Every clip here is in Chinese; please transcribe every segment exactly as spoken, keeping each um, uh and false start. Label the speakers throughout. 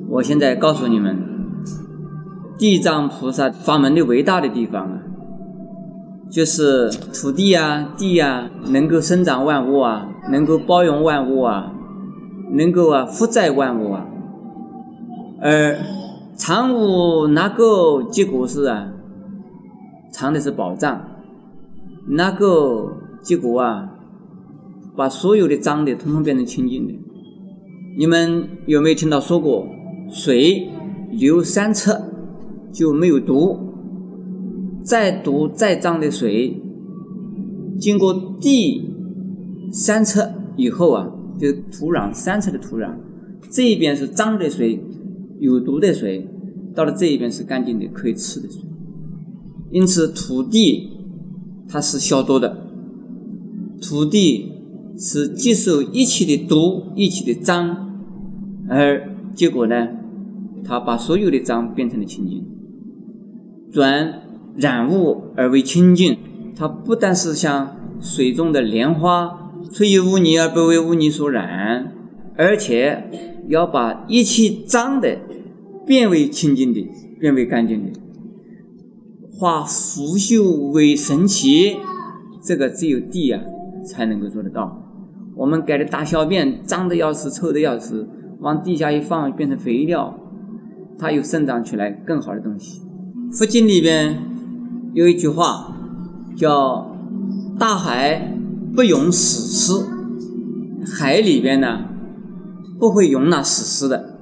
Speaker 1: 我现在告诉你们，地藏菩萨法门的伟大的地方啊，就是土地啊、地啊，能够生长万物啊，能够包容万物啊，能够啊负载万物啊。而藏物那个结果是啊，藏的是宝藏，那个结果啊，把所有的脏的统统变成清净的。你们有没有听到说过，水流三尺就没有毒，再毒再脏的水，经过地三尺以后啊，就土壤三尺的土壤，这一边是脏的水，有毒的水，到了这一边是干净的可以吃的水。因此土地它是消毒的，土地是接受一切的毒，一切的脏，而结果呢，它把所有的脏变成了清净，转染物而为清净。它不但是像水中的莲花，虽有污泥而不为污泥所染，而且要把一切脏的变为清净的，变为干净的，化腐朽为神奇，这个只有地啊才能够做得到。我们改的大小便脏的要死，臭的要死，往地下一放变成肥料，它又生长起来更好的东西。佛经里边有一句话叫大海不容死尸，海里边呢不会容纳死尸的。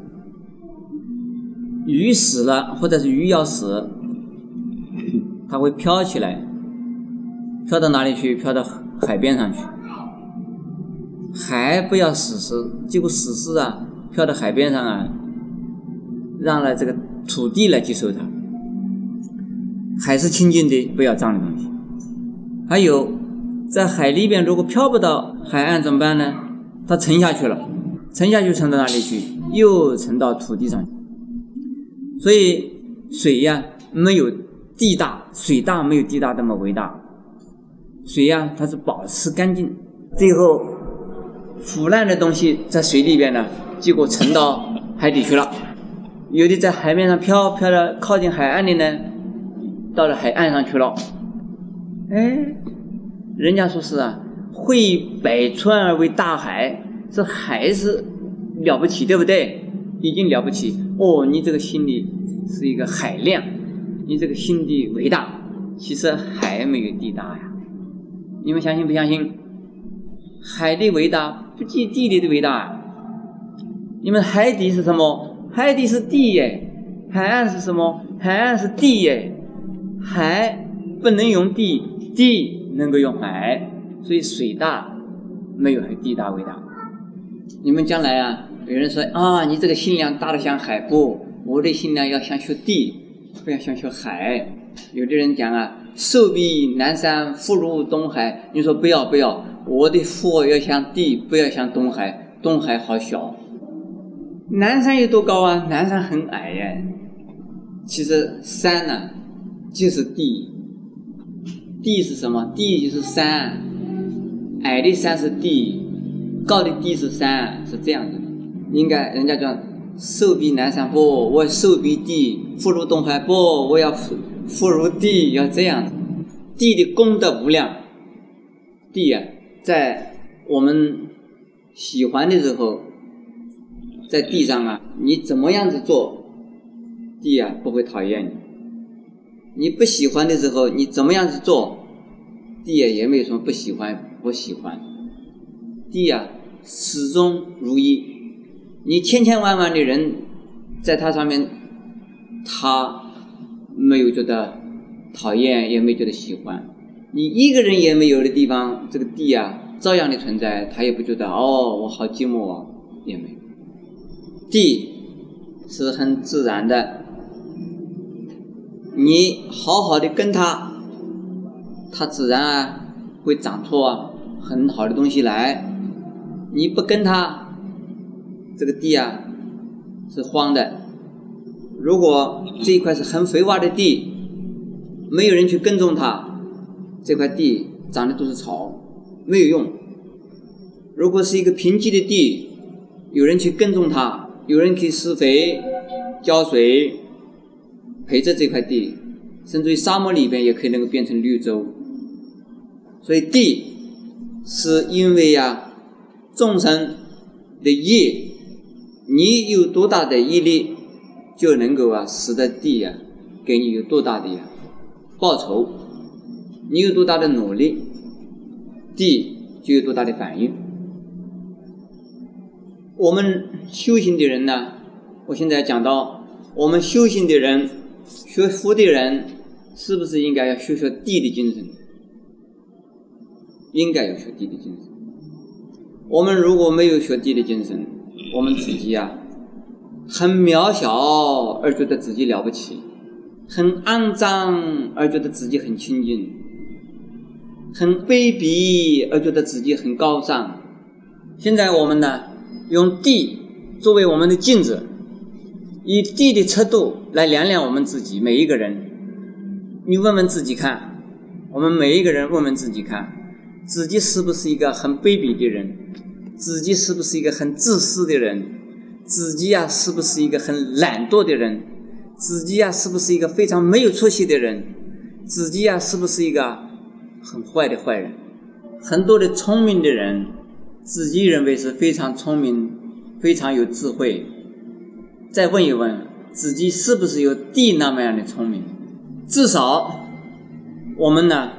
Speaker 1: 鱼死了或者是鱼要死，它会飘起来，飘到哪里去？飘到海边上去。海不要死尸，结果死尸啊飘到海边上啊，让了这个土地来接受它。海是清净的，不要脏的东西。还有在海里边如果飘不到海岸怎么办呢？它沉下去了，沉下去沉到哪里去？又沉到土地上去。所以水呀没有地大，水大没有地大那么伟大。水呀它是保持干净，最后腐烂的东西在水里边呢，结果沉到海底去了。有的在海面上飘，飘到靠近海岸的呢，到了海岸上去了。哎，人家说是啊，汇百川而为大海，这海是了不起，对不对？已经了不起哦，你这个心里是一个海量，你这个心地伟大。其实海没有地大呀，你们相信不相信？海的伟大不及地理的伟大。你们海底是什么？海底是地耶。海岸是什么？海岸是地耶。海不能用地，地能够用海，所以水大没有地大伟大。你们将来啊，有人说啊，你这个心量大得像海，不，我的心量要像学地，不要像学海。有的人讲啊，寿比南山，福如东海。你说不要不要，我的福要像地，不要像东海，东海好小。南山有多高啊？南山很矮耶。其实山呢、啊、就是地，地是什么？地就是山，矮的山是地，高的地是山，是这样子的。应该人家讲寿比南山，不，我寿比地，福如东海，不，我要福福如地，要这样子。地的功德无量，地啊，在我们喜欢的时候，在地上啊，你怎么样子做，地啊不会讨厌你。你不喜欢的时候，你怎么样子做，地啊也没有什么不喜欢不喜欢。地啊始终如一，你千千万万的人在它上面，他没有觉得讨厌，也没觉得喜欢。你一个人也没有的地方，这个地啊照样的存在，他也不觉得哦我好寂寞啊，也没有。地是很自然的，你好好的跟它，它自然啊会长出啊很好的东西来。你不跟它，这个地啊是荒的。如果这一块是很肥沃的地，没有人去耕种它，这块地长的都是草，没有用。如果是一个贫瘠的地，有人去耕种它， 有人去施肥、浇水，陪着这块地，甚至于沙漠里边也可以能够变成绿洲。所以地是因为呀、啊、众生的业，你有多大的毅力，就能够啊使得地呀、啊、给你有多大的呀报酬，你有多大的努力，地就有多大的反应。我们修行的人呢，我现在讲到我们修行的人、学佛的人，是不是应该要学学地的精神？应该有学地的精神。我们如果没有学地的精神，我们自己啊很渺小而觉得自己了不起，很肮脏而觉得自己很清净，很卑鄙而觉得自己很高尚。现在我们呢，用地作为我们的镜子，以地的尺度来量量我们自己每一个人。你问问自己看，我们每一个人问问自己看，自己是不是一个很卑鄙的人？自己是不是一个很自私的人？自己啊是不是一个很懒惰的人？自己啊是不是一个非常没有出息的人？自己啊是不是一个很坏的坏人？很多的聪明的人自己认为是非常聪明，非常有智慧，再问一问自己是不是有地那么样的聪明？至少我们呢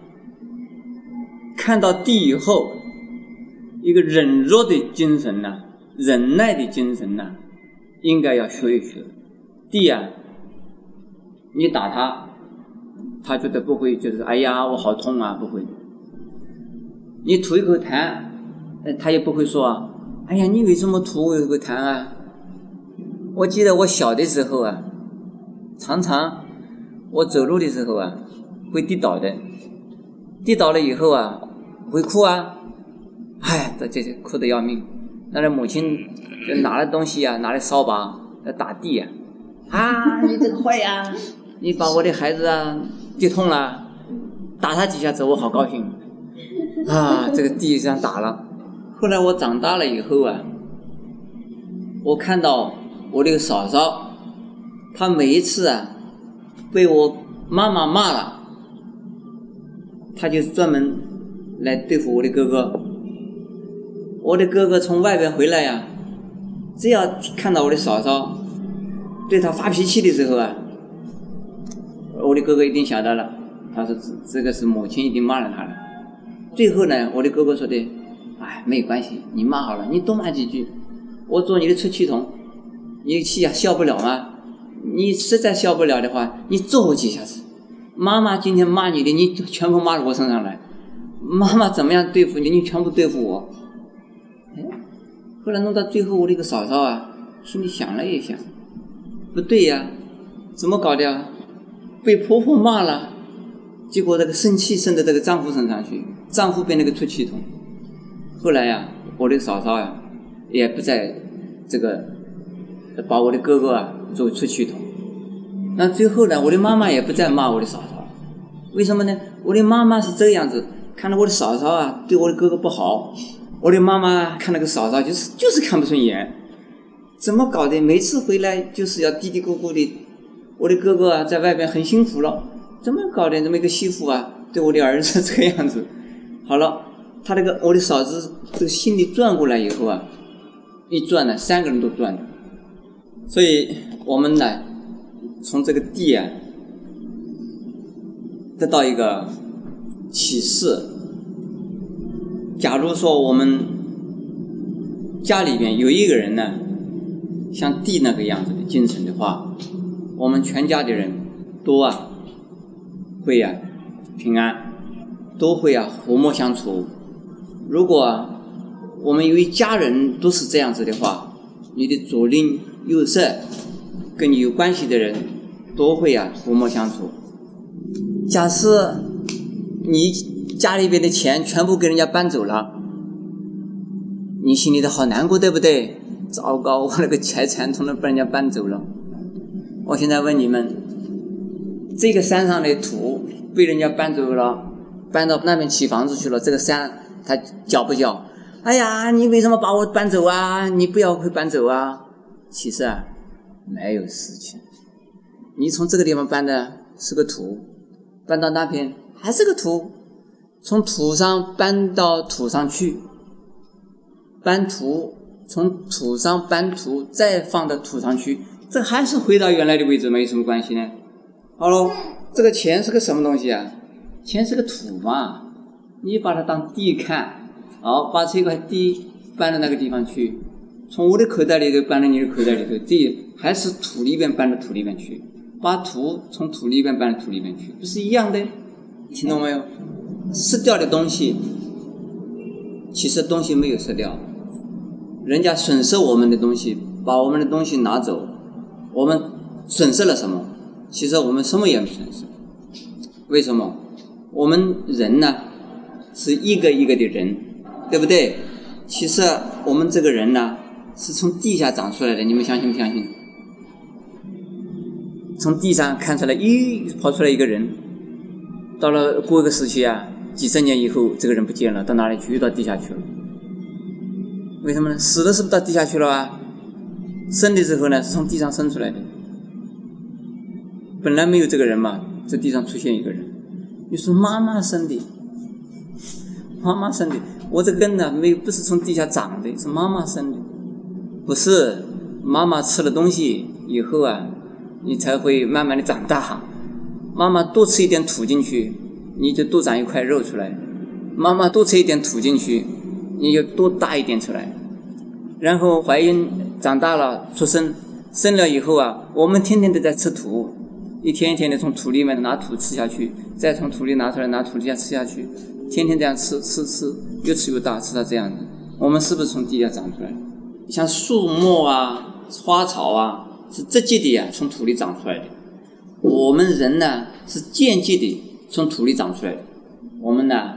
Speaker 1: 看到地以后，一个忍弱的精神呢、啊、忍耐的精神呢、啊、应该要学一学。地啊你打他，他觉得不会就是哎呀我好痛啊，不会。你吐一口痰，他也不会说啊哎呀你为什么吐一口痰啊。我记得我小的时候啊，常常我走路的时候啊会跌倒的，跌倒了以后啊会哭啊，哎这这哭得要命。那个母亲就拿了东西啊，拿了扫把来打地啊，啊你这个坏呀，你把我的孩子啊跌痛了，打他几下子我好高兴啊，这个地上打了。后来我长大了以后啊，我看到我这个嫂嫂，她每一次啊被我妈妈骂了，她就专门来对付我的哥哥。我的哥哥从外边回来呀、啊，只要看到我的嫂嫂对他发脾气的时候啊，我的哥哥一定晓得了，他说这个是母亲一定骂了他了。最后呢，我的哥哥说的，哎，没有关系，你骂好了，你多骂几句，我做你的出气筒，你气啊消不了吗？你实在消不了的话，你揍我几下子。妈妈今天骂你的，你全部骂到我身上来。妈妈怎么样对付你，你全部对付我。哎，后来弄到最后，我这个嫂嫂啊，心里想了一想，不对呀，怎么搞的啊？被婆婆骂了，结果这个生气生到这个丈夫身上去，丈夫变那个出气筒。后来呀、啊，我这个嫂嫂呀，也不再这个把我的哥哥啊作为出气筒。那最后呢，我的妈妈也不再骂我的嫂嫂。为什么呢？我的妈妈是这个样子，看到我的嫂嫂啊对我的哥哥不好，我的妈妈看那个嫂嫂就是就是看不顺眼，怎么搞的？每次回来就是要嘀嘀咕咕的。我的哥哥啊在外边很辛苦了，怎么搞的？这么一个媳妇啊对我的儿子这个样子。好了，他那个我的嫂子这个心里转过来以后啊，一转呢，三个人都转了。所以我们呢，从这个地啊，得到一个启示。假如说我们家里边有一个人呢，像地那个样子的精神的话，我们全家的人都啊会啊平安，都会啊和睦相处。如果、啊、我们由于家人都是这样子的话，你的左邻右舍跟你有关系的人都会啊和睦相处。假设你家里边的钱全部给人家搬走了，你心里头好难过，对不对？糟糕，我那个财产统统被人家搬走了。我现在问你们，这个山上的土被人家搬走了，搬到那边起房子去了，这个山他叫不叫？哎呀，你为什么把我搬走啊？你不要会搬走啊！ 其实啊，没有事情。你从这个地方搬的是个土，搬到那边还是个土，从土上搬到土上去，搬土，从土上搬土，再放到土上去，这还是回到原来的位置，没什么关系呢。好了，这个钱是个什么东西啊？钱是个土嘛，你把它当地看，好，把这块地搬到那个地方去，从我的口袋里头搬到你的口袋里头，地还是土里边搬到土里边去，把土从土里边搬到土里边去，不是一样的？听懂没有？失掉的东西，其实东西没有失掉，人家损失我们的东西，把我们的东西拿走，我们损失了什么？其实我们什么也没损失。为什么？我们人呢，是一个一个的人，对不对？其实我们这个人呢，是从地下长出来的，你们相信不相信？从地上看出来，咦，跑出来一个人，到了过一个时期啊，几十年以后，这个人不见了，到哪里去？又到地下去了。为什么呢？死的是不是到地下去了啊？生的时候呢，是从地上生出来的，本来没有这个人嘛，在地上出现一个人。你说妈妈生的，妈妈生的，我这根呢没不是从地下长的，是妈妈生的，不是妈妈吃了东西以后啊，你才会慢慢的长大。妈妈多吃一点土进去，你就多长一块肉出来；妈妈多吃一点土进去，你就多大一点出来。然后怀孕长大了出生，生了以后啊，我们天天都在吃土，一天一天的从土里面拿土吃下去，再从土里拿出来拿土地下吃下去，天天这样吃吃吃，越吃越大，吃到这样子。我们是不是从地下长出来的？像树木啊花草啊，是直接的呀从土里长出来的。我们人呢是间接的从土里长出来的。我们呢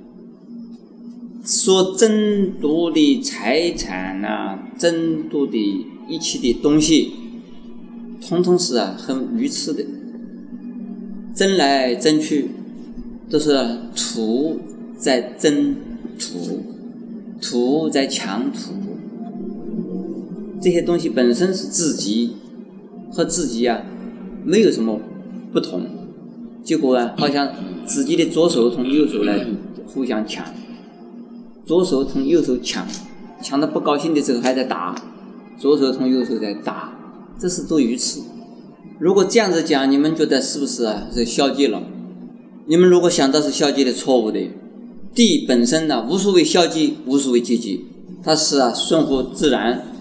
Speaker 1: 所争夺的财产啊，争夺的一切的东西，统统是啊很愚痴的，争来争去都是土在争土，土在抢土。这些东西本身是自己和自己啊没有什么不同，结果啊好像自己的左手同右手来互相抢，左手同右手抢，抢得不高兴的时候还在打，左手同右手在打，这是多愚痴。如果这样子讲，你们觉得是不是啊是消极了？你们如果想到是消极的错误的，地本身呢无所谓消极无所谓积极，它是啊顺乎自然，